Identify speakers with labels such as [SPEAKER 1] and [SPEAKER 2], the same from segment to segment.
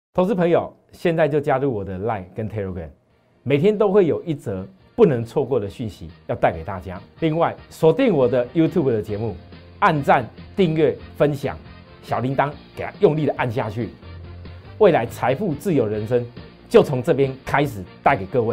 [SPEAKER 1] 投资朋友，现在就加入我的 LINE 跟 Telegram， 每天都会有一则不能错过的讯息要带给大家。另外，锁定我的 YouTube 的节目，按赞、订阅、分享，小铃铛给它用力的按下去。未来财富自由人生就从这边开始带给各位。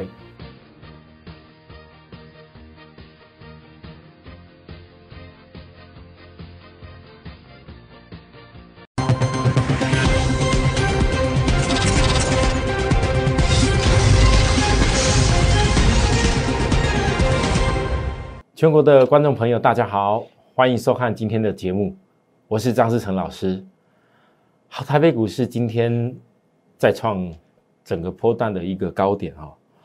[SPEAKER 1] 全国的观众朋友，大家好，欢迎收看今天的节目，我是张世成老师。好，台北股市今天再创整个波段的一个高点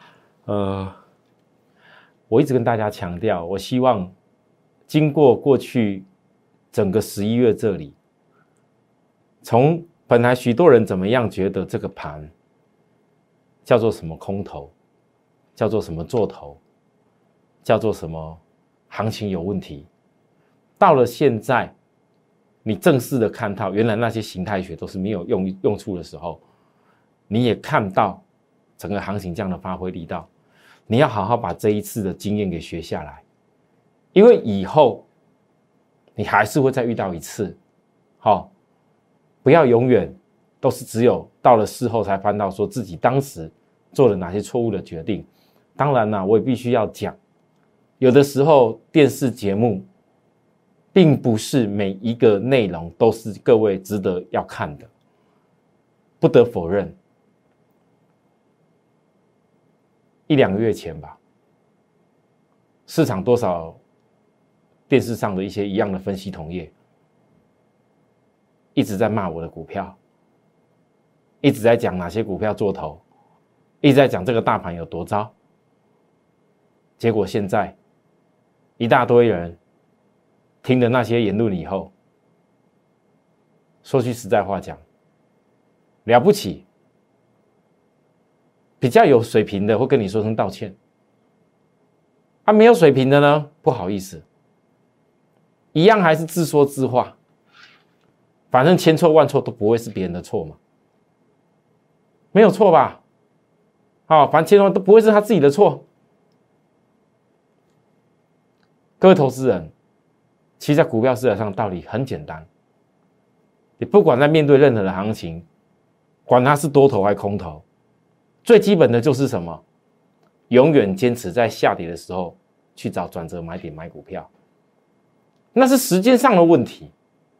[SPEAKER 1] 我一直跟大家强调，我希望经过过去整个11月这里，从本来许多人怎么样觉得这个盘叫做什么空头，叫做什么做头，叫做什么行情有问题，到了现在你正式的看到原来那些形态学都是没有用处的时候，你也看到整个行情这样的发挥力道，你要好好把这一次的经验给学下来，因为以后你还是会再遇到一次。不要永远都是只有到了事后才翻到说自己当时做了哪些错误的决定。当然啦，我也必须要讲，有的时候电视节目并不是每一个内容都是各位值得要看的，不得否认。1-2个月前吧，市场多少电视上的一些一样的分析同业一直在骂我的股票，一直在讲哪些股票做头，一直在讲这个大盘有多糟。结果现在一大堆人听了那些言论以后，说句实在话讲，了不起，比较有水平的会跟你说声道歉，没有水平的呢，不好意思，一样还是自说自话，反正千错万错都不会是别人的错嘛，没有错吧？反正千错都不会是他自己的错。各位投资人，其实在股票市场上道理很简单，你不管在面对任何的行情，管它是多头还是空头，最基本的就是什么？永远坚持在下跌的时候去找转折买点买股票，那是时间上的问题。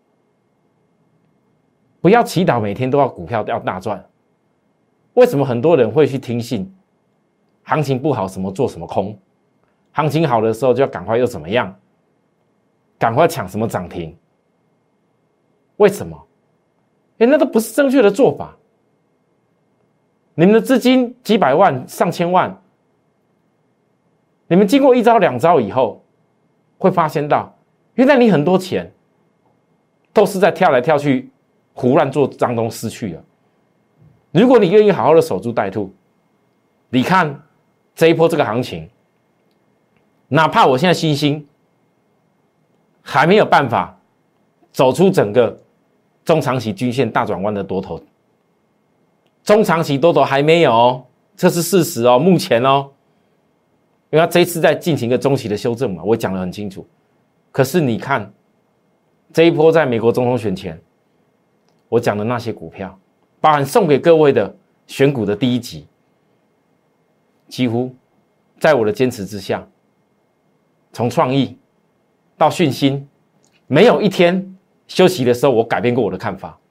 [SPEAKER 1] 不要祈祷每天都要股票要大赚。为什么很多人会去听信行情不好什么做什么空，行情好的时候就要赶快又怎么样，赶快抢什么涨停？为什么？那都不是正确的做法。你们的资金几百万上千万，你们经过一招两招以后，会发现到原来你很多钱都是在跳来跳去胡乱做当中失去了。如果你愿意好好的守株待兔，你看这一波这个行情，哪怕我现在新兴还没有办法走出整个中长期均线大转弯的多头，中长期多头还没有这是事实目前因为它这一次在进行一个中期的修正嘛，我讲得很清楚。可是你看这一波在美国总统选前我讲的那些股票，包含送给各位的选股的第一集，几乎在我的坚持之下，从创意到讯芯，没有一天休息的时候我改变过我的看法。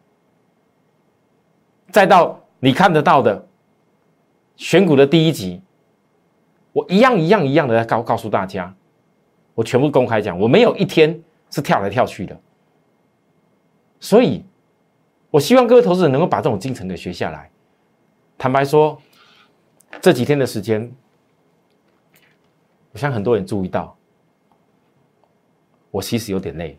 [SPEAKER 1] 再到你看得到的选股的第一集，我一样的在告诉大家，我全部公开讲，我没有一天是跳来跳去的。所以我希望各位投资人能够把这种精神给学下来。坦白说，这几天的时间，我相信很多人注意到，我其实有点累。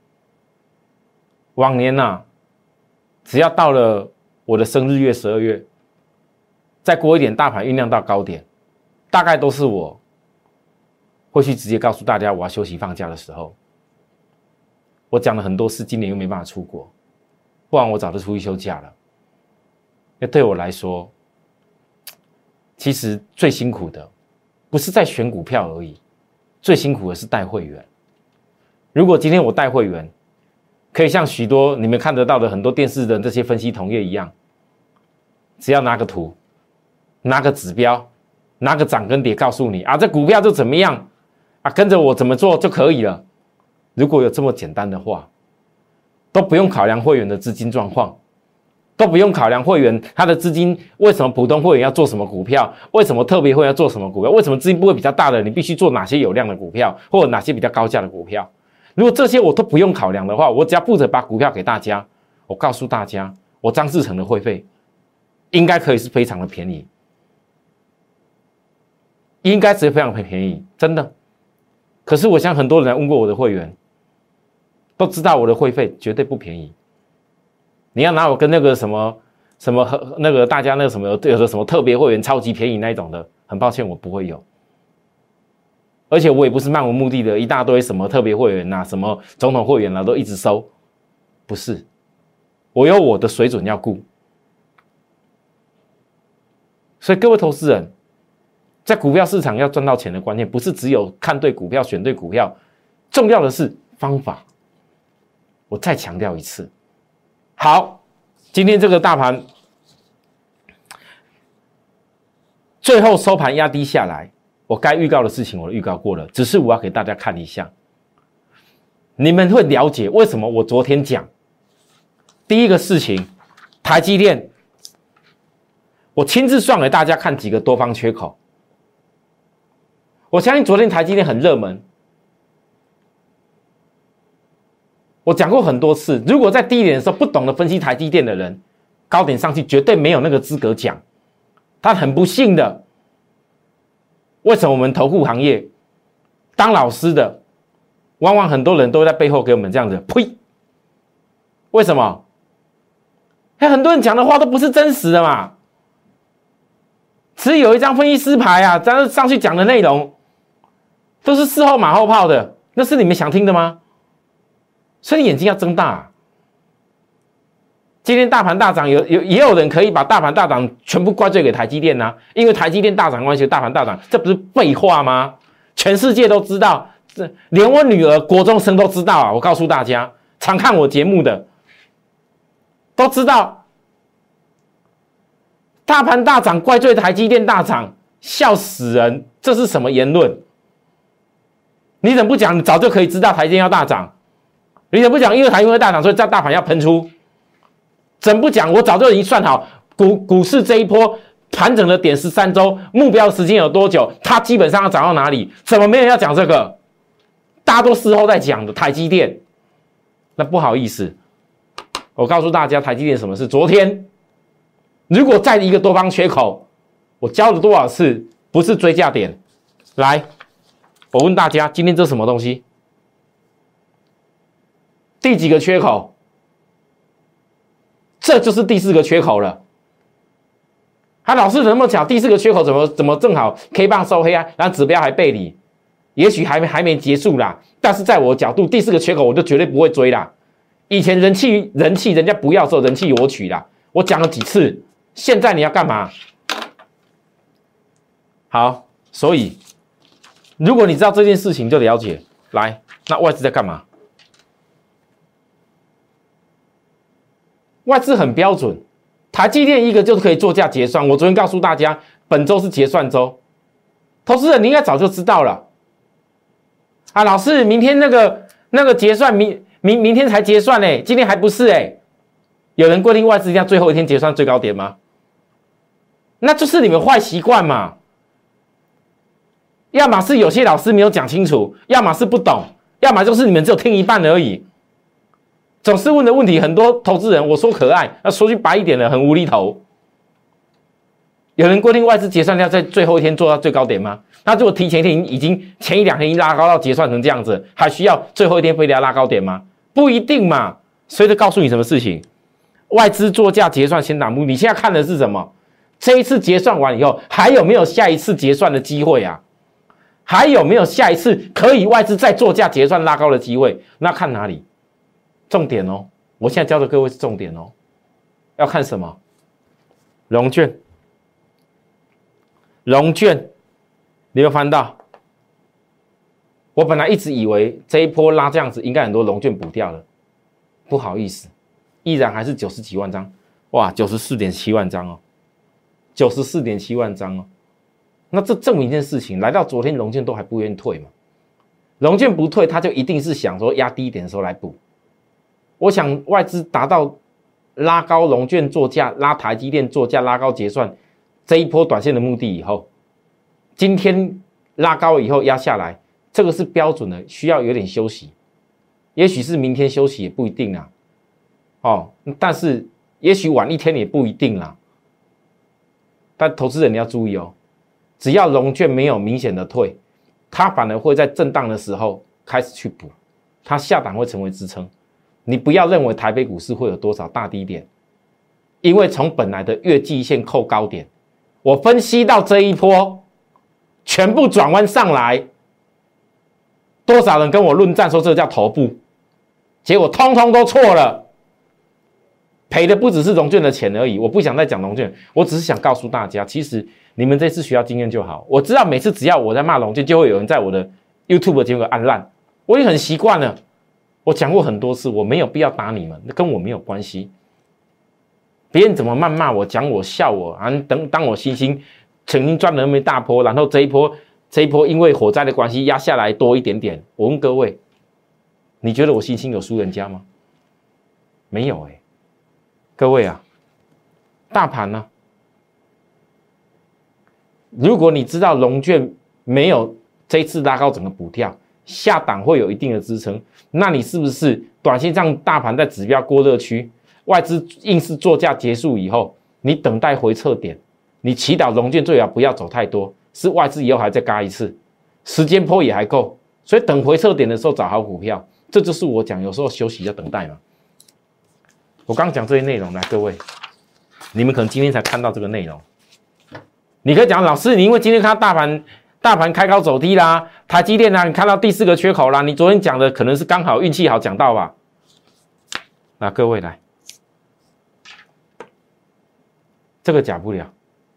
[SPEAKER 1] 往年只要到了我的生日月12月，再过一点大盘酝酿到高点，大概都是我会去直接告诉大家我要休息放假的时候。我讲了很多次，今年又没办法出国，不然我早就出去休假了。 那对我来说，其实最辛苦的不是在选股票而已，最辛苦的是带会员。如果今天我带会员，可以像许多你们看得到的很多电视的这些分析同业一样，只要拿个图，拿个指标，拿个涨跟跌告诉你啊，这股票就怎么样啊，跟着我怎么做就可以了。如果有这么简单的话，都不用考量会员的资金状况，都不用考量会员他的资金，为什么普通会员要做什么股票，为什么特别会员要做什么股票，为什么资金部位比较大的你必须做哪些有量的股票，或者哪些比较高价的股票。如果这些我都不用考量的话，我只要负责把股票给大家，我告诉大家，我张志成的会费应该可以是非常的便宜，应该是非常便宜，真的。可是我想很多人来问过我的会员，都知道我的会费绝对不便宜。你要拿我跟那个什么那个大家那个什么有的什么特别会员超级便宜那一种的，很抱歉我不会有。而且我也不是漫无目的的一大堆什么特别会员什么总统会员都一直收，不是，我有我的水准要顾。所以各位投资人，在股票市场要赚到钱的关键，不是只有看对股票选对股票，重要的是方法。我再强调一次，好，今天这个大盘最后收盘压低下来，我该预告的事情我都预告过了，只是我要给大家看一下，你们会了解为什么我昨天讲第一个事情，台积电，我亲自算给大家看几个多方缺口。我相信昨天台积电很热门，我讲过很多次，如果在低点的时候不懂得分析台积电的人，高点上去绝对没有那个资格讲，他很不幸的。为什么我们投顾行业当老师的，往往很多人都在背后给我们这样子呸？为什么？很多人讲的话都不是真实的嘛，只有一张分析师牌啊，但是上去讲的内容都是事后马后炮的，那是你们想听的吗？所以眼睛要睁大。今天大盘大涨，也有人可以把大盘大涨全部怪罪给台积电啊，因为台积电大涨关系大盘大涨，这不是废话吗？全世界都知道，连我女儿国中生都知道啊！我告诉大家，常看我节目的都知道，大盘大涨怪罪台积电大涨，笑死人！这是什么言论？你怎么不讲？你早就可以知道台积电要大涨，你怎么不讲？因为台积电会大涨，所以大盘要喷出。怎不讲？我早就已经算好股市这一波盘整的点13周，目标时间有多久？它基本上要涨到哪里？怎么没人要讲这个？大家都事后在讲的台积电。那不好意思，我告诉大家，台积电什么事？昨天如果在一个多方缺口，我教了多少次？不是追价点。来，我问大家，今天这是什么东西？第几个缺口？这就是第4个缺口了。老师怎么讲？第4个缺口怎么正好 K 棒收黑啊？然后指标还背离，也许还没结束啦。但是在我的角度，第4个缺口我就绝对不会追啦。以前人气人家不要的时候，人气我取啦。我讲了几次，现在你要干嘛？好，所以如果你知道这件事情，就了解。来，那外资在干嘛？外资很标准，台积电一个就是可以作价结算。我昨天告诉大家，本周是结算周，投资人你应该早就知道了。老师，明天那个结算，明天才结算今天还不是有人规定外资一定要最后一天结算最高点吗？那就是你们坏习惯嘛。要么是有些老师没有讲清楚，要么是不懂，要么就是你们只有听一半而已。总是问的问题很多，投资人我说可爱，那说句白一点的，很无厘头。有人规定外资结算要在最后一天做到最高点吗？那如果提前一天已经前1、2天已经拉高到结算成这样子，还需要最后一天非得要拉高点吗？不一定嘛。所以就告诉你什么事情，外资作价结算先打目，你现在看的是什么？这一次结算完以后，还有没有下一次结算的机会啊？还有没有下一次可以外资再作价结算拉高的机会？那看哪里？重点哦，我现在教的各位是重点哦，要看什么？ 融券，你有翻到？我本来一直以为这一波拉这样子，应该很多融券补掉了，不好意思，依然还是90几万张，哇，94.7万张哦，94.7万张哦。那这证明一件事情，来到昨天融券都还不愿意退嘛？融券不退，他就一定是想说压低一点的时候来补。我想外资达到拉高融券作价、拉台积电作价、拉高结算这一波短线的目的以后，今天拉高以后压下来，这个是标准的，需要有点休息，也许是明天休息也不一定啦，哦，但是也许晚一天也不一定啦。但投资人你要注意哦，只要融券没有明显的退，它反而会在震荡的时候开始去补，它下档会成为支撑。你不要认为台北股市会有多少大低点，因为从本来的月季线扣高点，我分析到这一波全部转弯上来，多少人跟我论战说这个叫头部，结果通通都错了，赔的不只是融券的钱而已。我不想再讲融券，我只是想告诉大家，其实你们这次学到经验就好。我知道每次只要我在骂融券，就会有人在我的 YouTube 节目按烂，我已经很习惯了。我讲过很多次，我没有必要打你们，跟我没有关系。别人怎么谩骂我、讲我、笑我啊？当我星星曾经赚了那么一大波，然后这一波因为火灾的关系压下来多一点点。我问各位，你觉得我星星有输人家吗？没有欸。各位啊，大盘呢？如果你知道融券没有这一次拉高整个补跳，下档会有一定的支撑，那你是不是短线上大盘在指标过热区，外资硬是作价结束以后，你等待回撤点，你祈祷融券最好不要走太多，是外资以后还再嘎一次，时间波也还够，所以等回撤点的时候找好股票，这就是我讲有时候休息要等待嘛。我刚讲这些内容，来各位，你们可能今天才看到这个内容，你可以讲老师，你因为今天看到大盘开高走低啦，台积电啊，你看到第4个缺口啦，你昨天讲的可能是刚好运气好讲到吧？那各位来，这个假不了，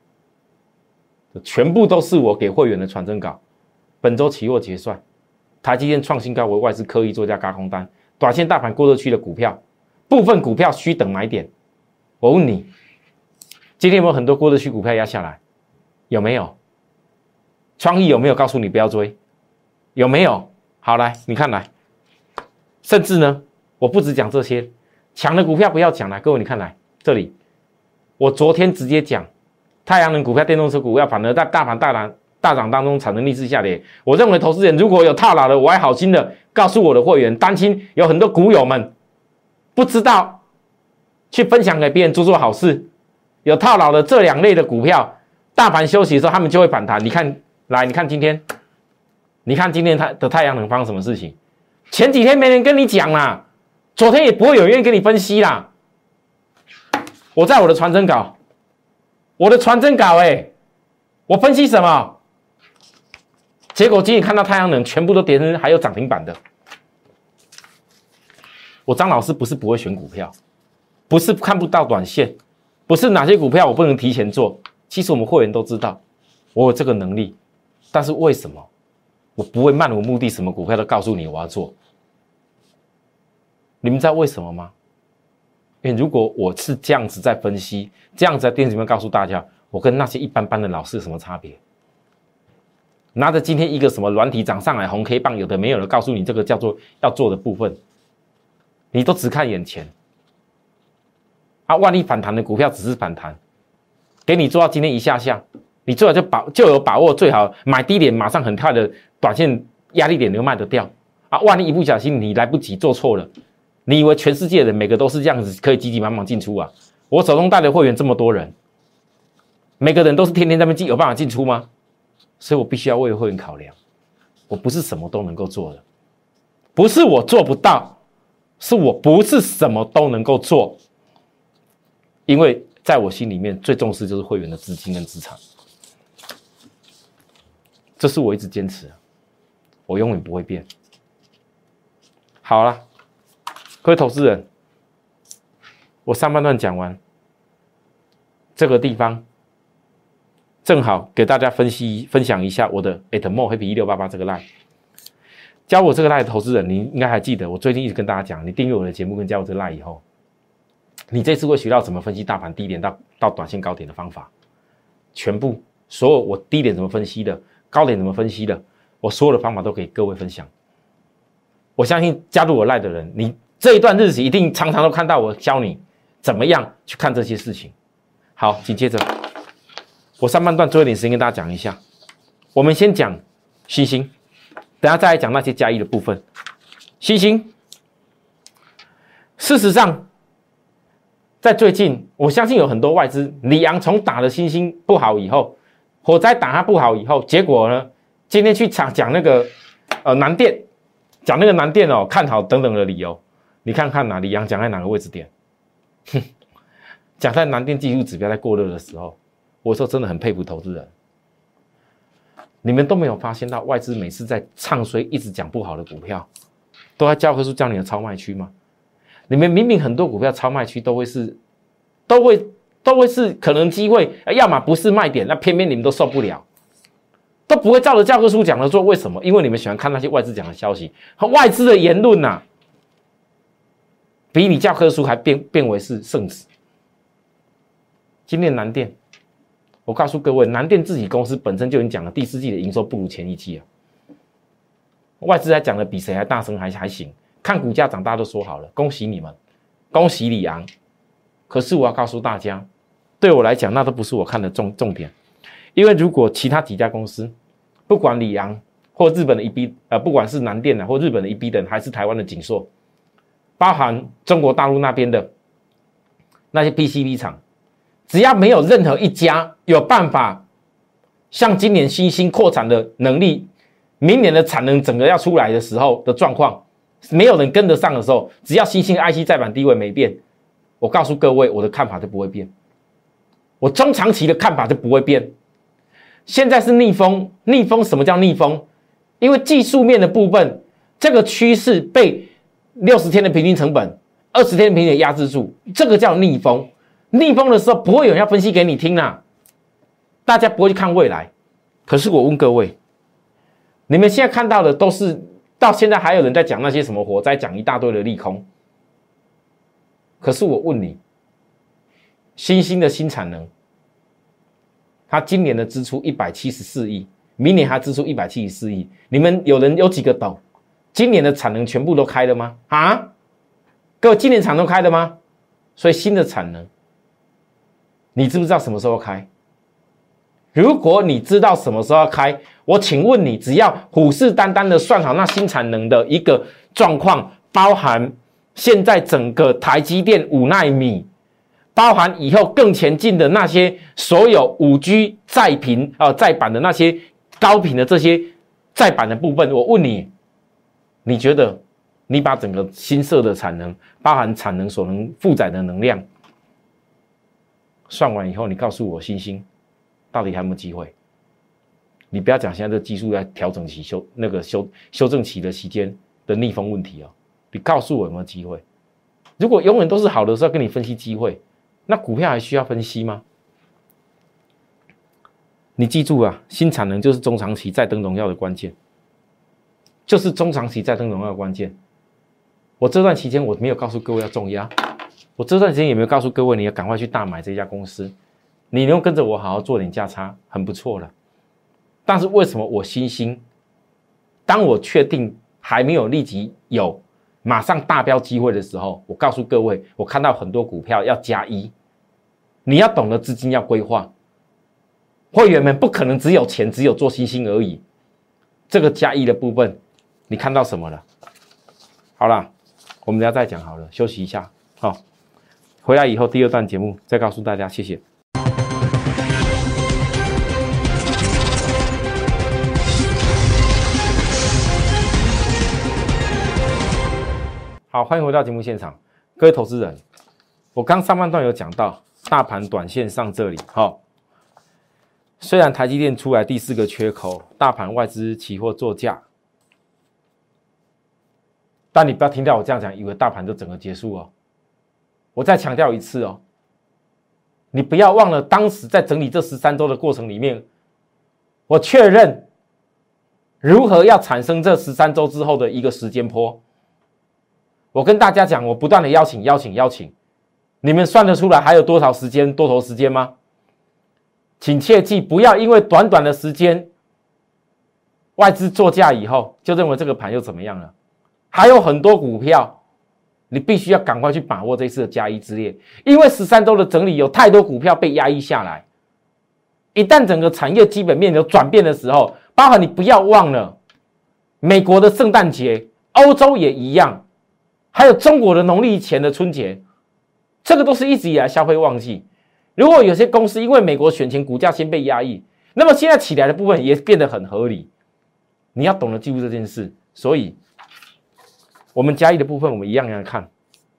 [SPEAKER 1] 全部都是我给会员的传真稿。本周期货结算，台积电创新高为外资刻意做价軋空单，短线大盘过热区的股票，部分股票需等买点。我问你，今天有没有很多过热区股票压下来？有没有？创意有没有告诉你不要追？有没有？好，来，你看来，甚至呢，我不只讲这些，强的股票不要讲了，各位你看来这里，我昨天直接讲，太阳能股票、电动车股票反而在大盘大涨当中产生逆势下跌。我认为投资人如果有套牢的，我还好心的告诉我的会员，担心有很多股友们不知道去分享给别人做好事，有套牢的这2类的股票，大盘休息的时候他们就会反弹。你看。来，你看今天它的太阳能发生什么事情？前几天没人跟你讲啦，昨天也不会有人跟你分析啦。我在我的传真稿，我分析什么？结果今天看到太阳能全部都跌成还有涨停板的。我张老师不是不会选股票，不是看不到短线，不是哪些股票我不能提前做。其实我们会员都知道，我有这个能力。但是为什么我不会漫无目的，什么股票都告诉你我要做？你们知道为什么吗？因为如果我是这样子在分析，这样子在电视里面告诉大家，我跟那些一般般的老师有什么差别？拿着今天一个什么软体涨上来红 K 棒，有的没有的告诉你这个叫做要做的部分，你都只看眼前啊！万一反弹的股票只是反弹，给你做到今天一下下。你最好就有把握，最好买低点，马上很快的短线压力点就卖得掉啊！万一一不小心你来不及做错了，你以为全世界的每个都是这样子可以急急忙忙进出啊？我手中带的会员这么多人，每个人都是天天在那边有办法进出吗？所以我必须要为会员考量，我不是什么都能够做的，不是我做不到，是我不是什么都能够做，因为在我心里面最重视就是会员的资金跟资产。这是我一直坚持的，我永远不会变。好了，各位投资人，我上半段讲完， 这个地方正好给大家分享一下我的 @morehappy1688 这个 line。加我这个 line 的投资人，你应该还记得，我最近一直跟大家讲，你订阅我的节目跟加我这个 line 以后，你这次会学到怎么分析大盘低点到短线高点的方法，全部所有我低点怎么分析的，高点怎么分析的，我所有的方法都给各位分享。我相信加入我 line 的人，你这一段日子一定常常都看到我教你怎么样去看这些事情。好，紧接着我上半段最后一点时间跟大家讲一下，我们先讲星星，等下再来讲那些加一的部分。星星，事实上，在最近，我相信有很多外资，李阳从打了星星不好以后，火灾打他不好以后，结果呢，今天去讲那个南电，讲那个南电哦，看好等等的理由，你看看李阳讲在哪个位置点？讲在南电技术指标在过热的时候，我说真的很佩服投资人。你们都没有发现到外资每次在唱衰一直讲不好的股票，都在教科书教你的超卖区吗？你们明明很多股票超卖区都会是可能机会，要么不是卖点，那偏偏你们都受不了，都不会照着教科书讲的做。为什么？因为你们喜欢看那些外资讲的消息和外资的言论啊，比你教科书还变为是圣旨。今天南电，我告诉各位，南电自己公司本身就已经讲了，第四季的营收不如前一季啊。外资还讲的比谁还大声还行，看股价涨，大家都说好了，恭喜你们，恭喜李昂。可是我要告诉大家，对我来讲，那都不是我看的重点，因为如果其他几家公司，不管李昂或日本的EB，不管是南电或日本的EB等，还是台湾的景硕，包含中国大陆那边的那些 PCB 厂。只要没有任何一家有办法像今年新兴扩产的能力，明年的产能整个要出来的时候的状况，没有人跟得上的时候，只要新兴 IC 载板地位没变，我告诉各位，我的看法就不会变，我中长期的看法就不会变。现在是逆风，逆风什么叫逆风？因为技术面的部分，这个趋势被60天的平均成本、20天的平均压制住，这个叫逆风。逆风的时候，不会有人要分析给你听啦，大家不会去看未来。可是我问各位，你们现在看到的都是到现在还有人在讲那些什么火灾，讲一大堆的利空。可是我问你，新兴的新产能，它今年的支出174亿，明年还支出174亿，你们有几个懂？今年的产能全部都开了吗？啊，各位，今年产能都开了吗？所以新的产能。你知不知道什么时候开？如果你知道什么时候要开，我请问你，只要虎视眈眈的算好那新产能的一个状况，包含现在整个台积电5奈米，包含以后更前进的那些所有5G 载板的那些高频的这些载板的部分，我问你，你觉得你把整个新设的产能，包含产能所能负载的能量算完以后，你告诉我，新兴到底还有没有机会？你不要讲现在这个技术在调整期修正期的期间的逆风问题哦，你告诉我有没有机会？如果永远都是好的时候跟你分析机会，那股票还需要分析吗？你记住啊，新产能就是中长期再登荣耀的关键，就是中长期再登荣耀的关键。我这段期间我没有告诉各位要重压。我这段时间也没有告诉各位，你要赶快去大买这家公司，你能跟着我好好做点价差，很不错了。但是为什么我新兴，当我确定还没有立即有马上大标机会的时候，我告诉各位，我看到很多股票要加一，你要懂得资金要规划。会员们不可能只有钱，只有做新兴而已。这个加一的部分，你看到什么了？好了，我们等一下再讲好了，休息一下，好。回来以后，第二段节目再告诉大家，谢谢。好，欢迎回到节目现场，各位投资人，我刚上半段有讲到，大盘短线上这里，虽然台积电出来第4个缺口，大盘外资期货作价，但你不要听到我这样讲，以为大盘就整个结束哦。我再强调一次哦， 你不要忘了，当时在整理这13周的过程里面，我确认如何要产生这13周之后的一个时间波。我跟大家讲，我不断的邀请，你们算得出来还有多少时间多头时间吗？请切记，不要因为短短的时间，外资作价以后就认为这个盘又怎么样了？还有很多股票，你必须要赶快去把握这次的加一之列，因为13周的整理有太多股票被压抑下来。一旦整个产业基本面有转变的时候，包含你不要忘了，美国的圣诞节，欧洲也一样，还有中国的农历前的春节，这个都是一直以来消费旺季。如果有些公司因为美国选前股价先被压抑，那么现在起来的部分也变得很合理。你要懂得记住这件事，所以我们加一的部分，我们一样来看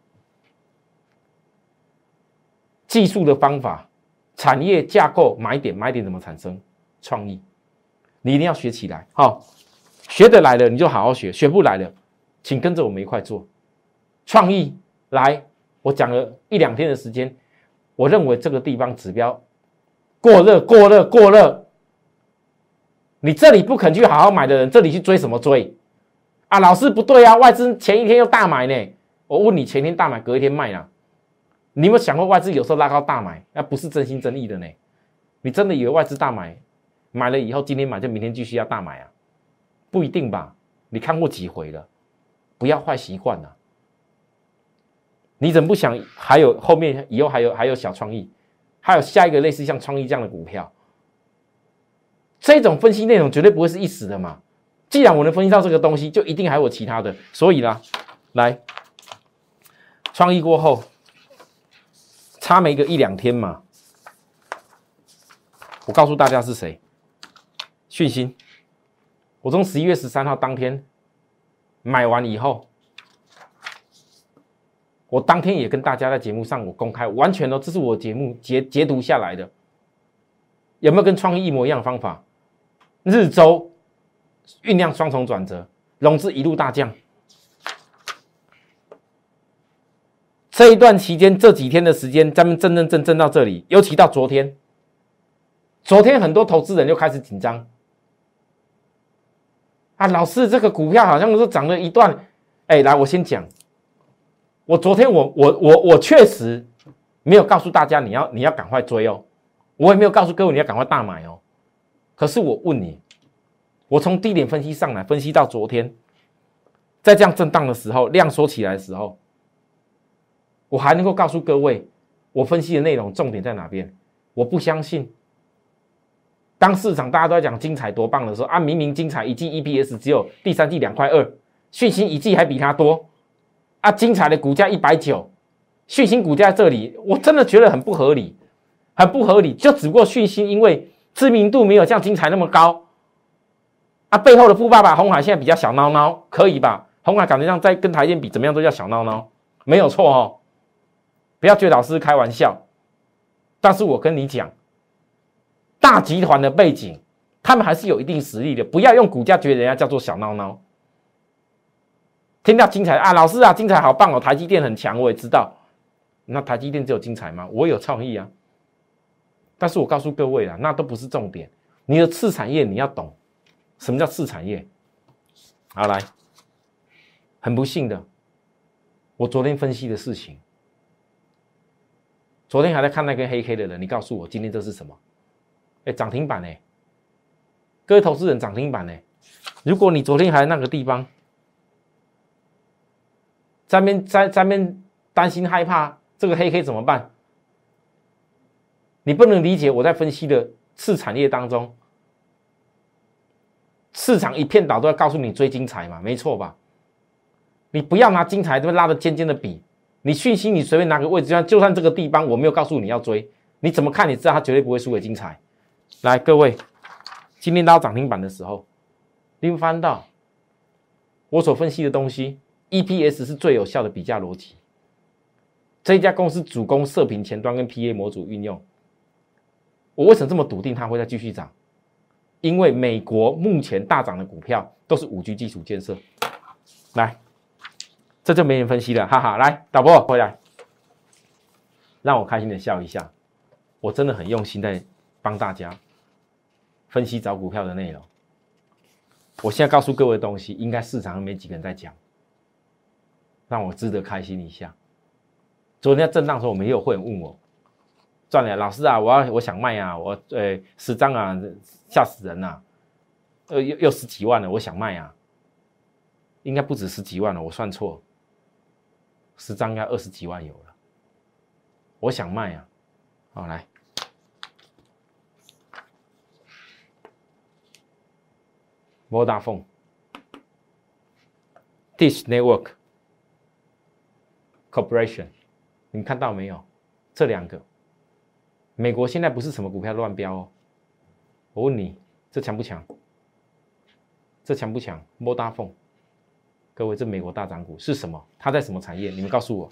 [SPEAKER 1] 技术的方法、产业架构、买点怎么产生创意，你一定要学起来。好，学得来了你就好好学，学不来了，请跟着我们一块做。创意来，我讲了1-2天的时间，我认为这个地方指标过热。你这里不肯去好好买的人，这里去追什么追啊？老师不对啊，外资前一天又大买呢。我问你，前天大买，隔一天卖啦？你有没有想过，外资有时候拉高大买，那不是真心真意的呢？你真的以为外资大买，买了以后今天买就明天继续要大买啊？不一定吧？你看过几回了？不要坏习惯啊！你怎么不想还有后面以后还有小创意，还有下一个类似像创意这样的股票？这种分析内容绝对不会是一时的嘛。既然我能分析到这个东西，就一定还有其他的。所以啦，来，创意过后，差没个1-2天嘛。我告诉大家是谁，讯息。我从11月13号当天买完以后，我当天也跟大家在节目上我公开，完全这是我节目截图下来的。有没有跟创意一模一样的方法？日周酝酿双重转折，融资一路大降。这一段期间，这几天的时间，咱们震到这里，尤其到昨天很多投资人就开始紧张啊！老师，这个股票好像是涨了一段，来，我先讲，我昨天我确实没有告诉大家你要赶快追哦，我也没有告诉各位你要赶快大买哦。可是我问你，我从低点分析上来，分析到昨天，在这样震荡的时候，量缩起来的时候，我还能够告诉各位，我分析的内容重点在哪边？我不相信，当市场大家都在讲精彩多棒的时候啊，明明精彩一季 EPS 只有第3季2.2块，讯息一季还比它多啊，精彩的股价190，讯息股价在这里，我真的觉得很不合理，就只不过讯息因为知名度没有像精彩那么高啊，背后的富爸爸鸿海现在比较小孬孬，可以吧？鸿海感觉上在跟台积电比，怎么样都叫小孬孬，没有错哦。不要觉得老师开玩笑，但是我跟你讲，大集团的背景，他们还是有一定实力的，不要用股价觉得人家叫做小孬孬。听到精彩啊，老师啊，精彩好棒哦，台积电很强，我也知道。那台积电只有精彩吗？我有创意啊。但是我告诉各位啦，那都不是重点。你的次产业你要懂，什么叫次产业？好，来，很不幸的，我昨天分析的事情，昨天还在看那根黑 K 的人，你告诉我今天这是什么？涨停板欸，各位投资人，涨停板欸。如果你昨天还在那个地方，在那边担心害怕这个黑 K 怎么办？你不能理解我在分析的次产业当中，市场一片倒都要告诉你追精彩嘛，没错吧？你不要拿精彩这边拉得尖尖的比，你讯息你随便拿个位置，就算这个地方我没有告诉你要追，你怎么看你知道它绝对不会输给精彩？来，各位，今天到涨停板的时候，你会发现到我所分析的东西 ，EPS 是最有效的比价逻辑。这一家公司主攻射频前端跟 PA 模组运用。我为什么这么笃定它会再继续涨？因为美国目前大涨的股票都是5G 基础建设。来，这就没人分析了，哈哈！来，导播回来，让我开心的笑一下。 我真的很用心在帮大家分析找股票的内容。我现在告诉各位的东西，应该市场上没几个人在讲，让我值得开心一下。昨天在震荡的时候，我们也有会员问我，赚了，老师啊，我想卖啊，我10张啊，吓死人啊，又10几万了，我想卖啊，应该不止10几万了，我算错，10张应该20几万有了，我想卖啊，好来。Vodafone、Dish Network Corporation， 你看到没有？这2个，美国现在不是什么股票乱飙哦。我问你，这强不强？这强不强 ？Vodafone， 各位，这美国大涨股是什么？它在什么产业？你们告诉我。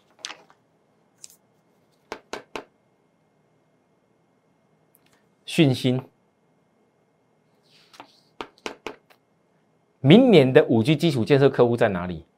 [SPEAKER 1] 讯芯。明年的5G 基础建设客户在哪里？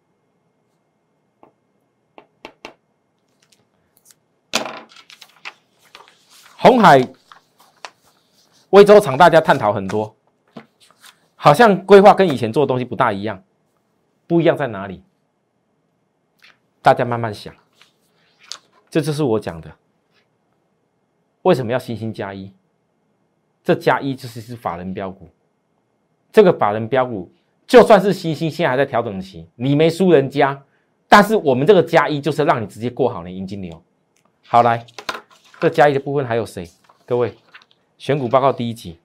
[SPEAKER 1] 鸿海、威州厂大家探讨很多，好像规划跟以前做的东西不大一样。不一样在哪里？大家慢慢想。这就是我讲的。为什么要星星加一？这加一就是法人标股。这个法人标股。就算是星星现在还在调整期，你没输人家，但是我们这个加一就是让你直接过好你银金流。好，来，这加一的部分还有谁？各位，选股报告第1集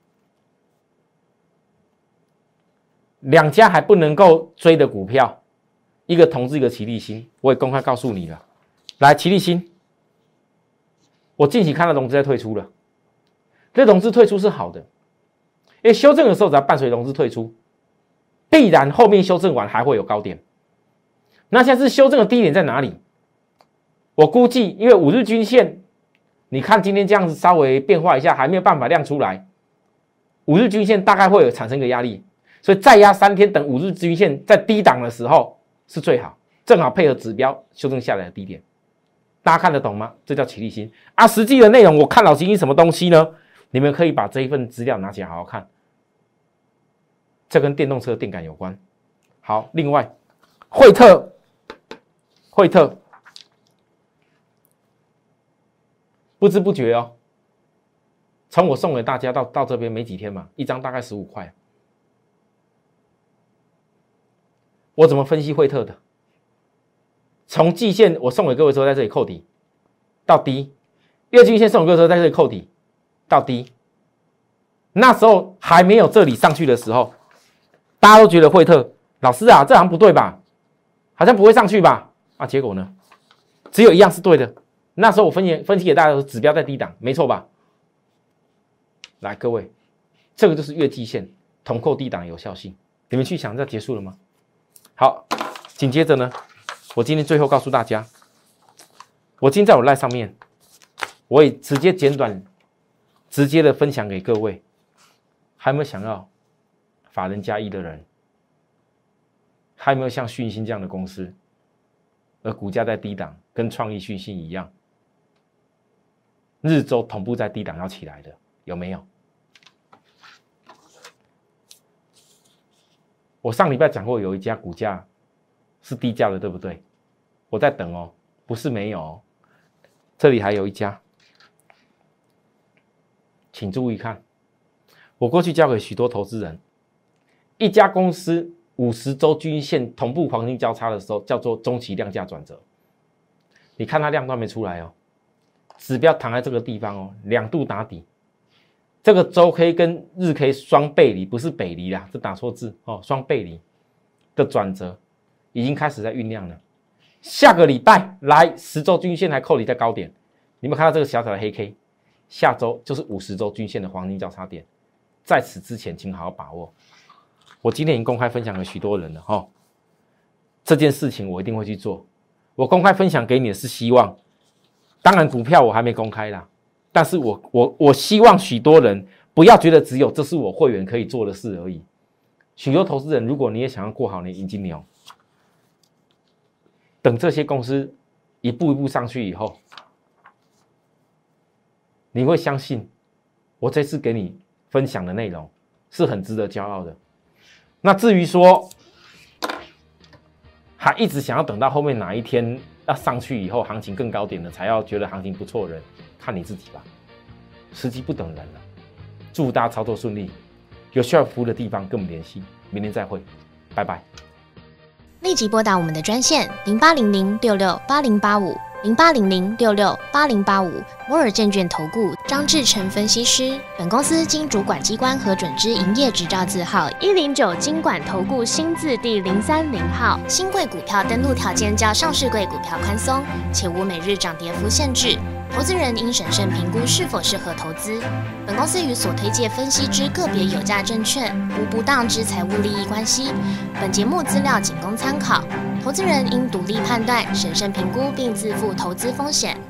[SPEAKER 1] ，2家还不能够追的股票，一个同志，一个奇力新，我也公开告诉你了。来，奇力新，我近期看到融资在退出了，这融资退出是好的，因为修正的时候只要伴随融资退出。必然后面修正完还会有高点，那现在是修正的低点在哪里？我估计，因为5日均线，你看今天这样子稍微变化一下，还没有办法亮出来，5日均线大概会有产生一个压力，所以再压3天，等5日均线在低档的时候是最好，正好配合指标修正下来的低点，大家看得懂吗？这叫奇力新啊！实际的内容我看老星星什么东西呢？你们可以把这一份资料拿起来好好看。这跟电动车的电感有关。好，另外，惠特，不知不觉哦，从我送给大家到这边没几天嘛，一张大概15块。我怎么分析惠特的？从季线我送给各位之后，在这里扣底到低，月均线送给各位之后，在这里扣底到低。那时候还没有这里上去的时候。大家都觉得惠特老师啊，这好像不对吧？好像不会上去吧？啊，结果呢，只有一样是对的。那时候我分析给大家的指标在低档，没错吧？来，各位，这个就是月季线同扣低档有效性。你们去想，这结束了吗？好，紧接着呢，我今天最后告诉大家，我今天在我 LINE 上面，我也直接简短、直接的分享给各位，还有没有想要？法人加一的人，还有没有像讯芯这样的公司，而股价在低档，跟创意、讯芯一样，日周同步在低档要起来的，有没有？我上礼拜讲过，有一家股价是低价的，对不对？我在等哦，不是没有哦。这里还有一家，请注意看，我过去交给许多投资人。一家公司50周均线同步黄金交叉的时候，叫做中期量价转折。你看它量都还没出来哦，指标躺在这个地方哦，2度打底。这个周 K 跟日 K 双背离，不是北离啦，这打错字哦，双背离的转折已经开始在酝酿了。下个礼拜来10周均线还扣离在高点，你们看到这个小小的黑 K， 下周就是50周均线的黄金交叉点，在此之前请好好把握。我今天已经公开分享给许多人了哈，这件事情我一定会去做。我公开分享给你的是希望，当然股票我还没公开啦，但是我希望许多人不要觉得只有这是我会员可以做的事而已。许多投资人，如果你也想要过好你的银金流，等这些公司一步一步上去以后， 你会相信我这次给你分享的内容是很值得骄傲的。那至于说还一直想要等到后面哪一天要上去以后行情更高点了才要觉得行情不错的人，看你自己吧，时机不等人了。祝大家操作顺利，有需要服务的地方跟我们联系，明天再会，拜拜。
[SPEAKER 2] 立即拨打我们的专线08006680850800668085摩尔证券投顾张志成分析师。本公司经主管机关核准之营业执照字号109金管投顾新字第030号。新贵股票登录条件较上市贵股票宽松，且无每日涨跌幅限制。投资人应审慎评估是否适合投资。本公司与所推介分析之个别有价证券无不当之财务利益关系。本节目资料仅供参考，投资人应独立判断、审慎评估并自负投资风险。